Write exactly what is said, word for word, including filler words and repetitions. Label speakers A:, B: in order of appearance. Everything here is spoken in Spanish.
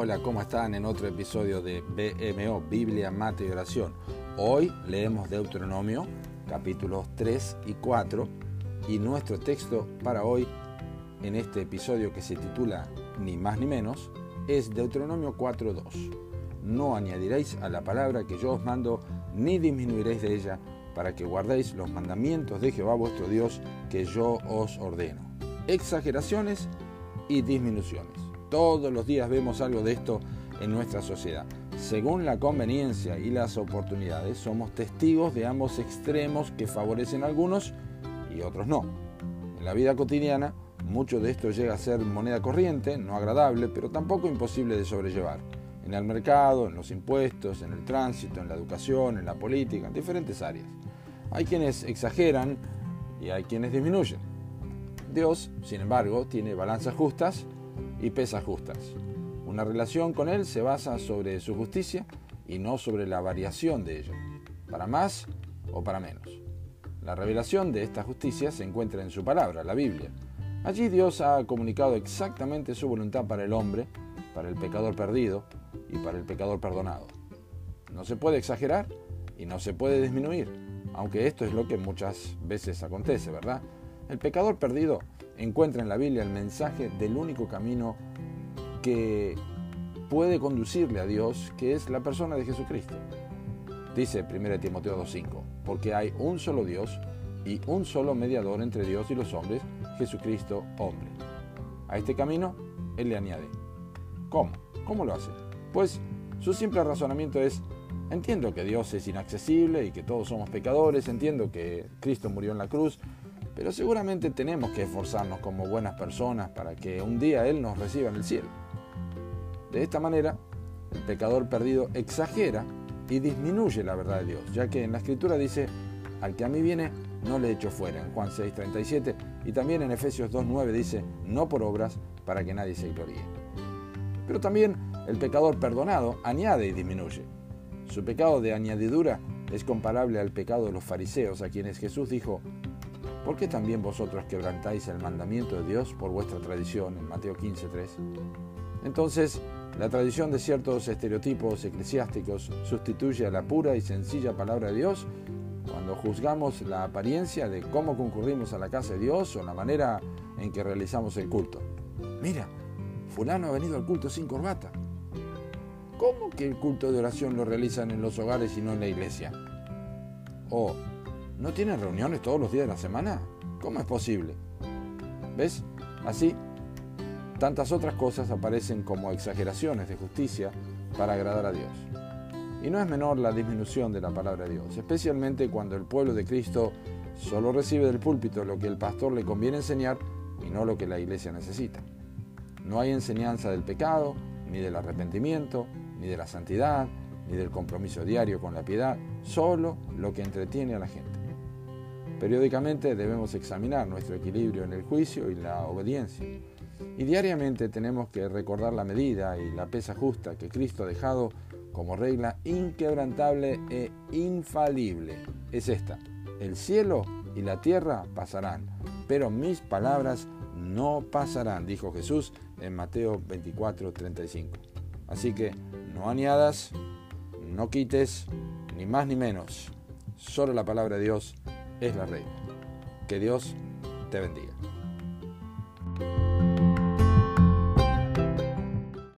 A: Hola, ¿cómo están? En otro episodio de B M O, Biblia, Mate y Oración. Hoy leemos Deuteronomio, capítulos tres y cuatro, y nuestro texto para hoy, en este episodio que se titula Ni más ni menos, es Deuteronomio cuatro dos. No añadiréis a la palabra que yo os mando, ni disminuiréis de ella, para que guardéis los mandamientos de Jehová vuestro Dios, que yo os ordeno. Exageraciones y disminuciones. Todos los días vemos algo de esto en nuestra sociedad. Según la conveniencia y las oportunidades, somos testigos de ambos extremos que favorecen a algunos y otros no. En la vida cotidiana, mucho de esto llega a ser moneda corriente, no agradable, pero tampoco imposible de sobrellevar. En el mercado, en los impuestos, en el tránsito, en la educación, en la política, en diferentes áreas. Hay quienes exageran y hay quienes disminuyen. Dios, sin embargo, tiene balanzas justas y pesas justas. Una relación con Él se basa sobre su justicia y no sobre la variación de ella, para más o para menos. La revelación de esta justicia se encuentra en su palabra, la Biblia. Allí Dios ha comunicado exactamente su voluntad para el hombre, para el pecador perdido y para el pecador perdonado. No se puede exagerar y no se puede disminuir, aunque esto es lo que muchas veces acontece, ¿verdad? El pecador perdido encuentra en la Biblia el mensaje del único camino que puede conducirle a Dios, que es la persona de Jesucristo. Dice primera Timoteo dos cinco, porque hay un solo Dios y un solo mediador entre Dios y los hombres, Jesucristo hombre. A este camino Él le añade. ¿Cómo? ¿Cómo lo hace? Pues su simple razonamiento es: entiendo que Dios es inaccesible y que todos somos pecadores, entiendo que Cristo murió en la cruz, pero seguramente tenemos que esforzarnos como buenas personas para que un día Él nos reciba en el cielo. De esta manera, el pecador perdido exagera y disminuye la verdad de Dios, ya que en la Escritura dice: al que a mí viene, no le echo fuera, en Juan seis treinta y siete, y también en Efesios dos nueve dice: no por obras, para que nadie se gloríe. Pero también el pecador perdonado añade y disminuye. Su pecado de añadidura es comparable al pecado de los fariseos, a quienes Jesús dijo: ¿por qué también vosotros quebrantáis el mandamiento de Dios por vuestra tradición? En Mateo quince tres. Entonces, la tradición de ciertos estereotipos eclesiásticos sustituye a la pura y sencilla palabra de Dios cuando juzgamos la apariencia de cómo concurrimos a la casa de Dios o la manera en que realizamos el culto. Mira, fulano ha venido al culto sin corbata. ¿Cómo que el culto de oración lo realizan en los hogares y no en la iglesia? O, ¿no tienen reuniones todos los días de la semana? ¿Cómo es posible? ¿Ves? Así, tantas otras cosas aparecen como exageraciones de justicia para agradar a Dios. Y no es menor la disminución de la palabra de Dios, especialmente cuando el pueblo de Cristo solo recibe del púlpito lo que el pastor le conviene enseñar y no lo que la iglesia necesita. No hay enseñanza del pecado, ni del arrepentimiento, ni de la santidad, ni del compromiso diario con la piedad, solo lo que entretiene a la gente. Periódicamente debemos examinar nuestro equilibrio en el juicio y la obediencia. Y diariamente tenemos que recordar la medida y la pesa justa que Cristo ha dejado como regla inquebrantable e infalible. Es esta: el cielo y la tierra pasarán, pero mis palabras no pasarán, dijo Jesús en Mateo veinticuatro treinta y cinco. Así que no añadas, no quites, ni más ni menos. Solo la palabra de Dios es la regla. Que Dios te bendiga.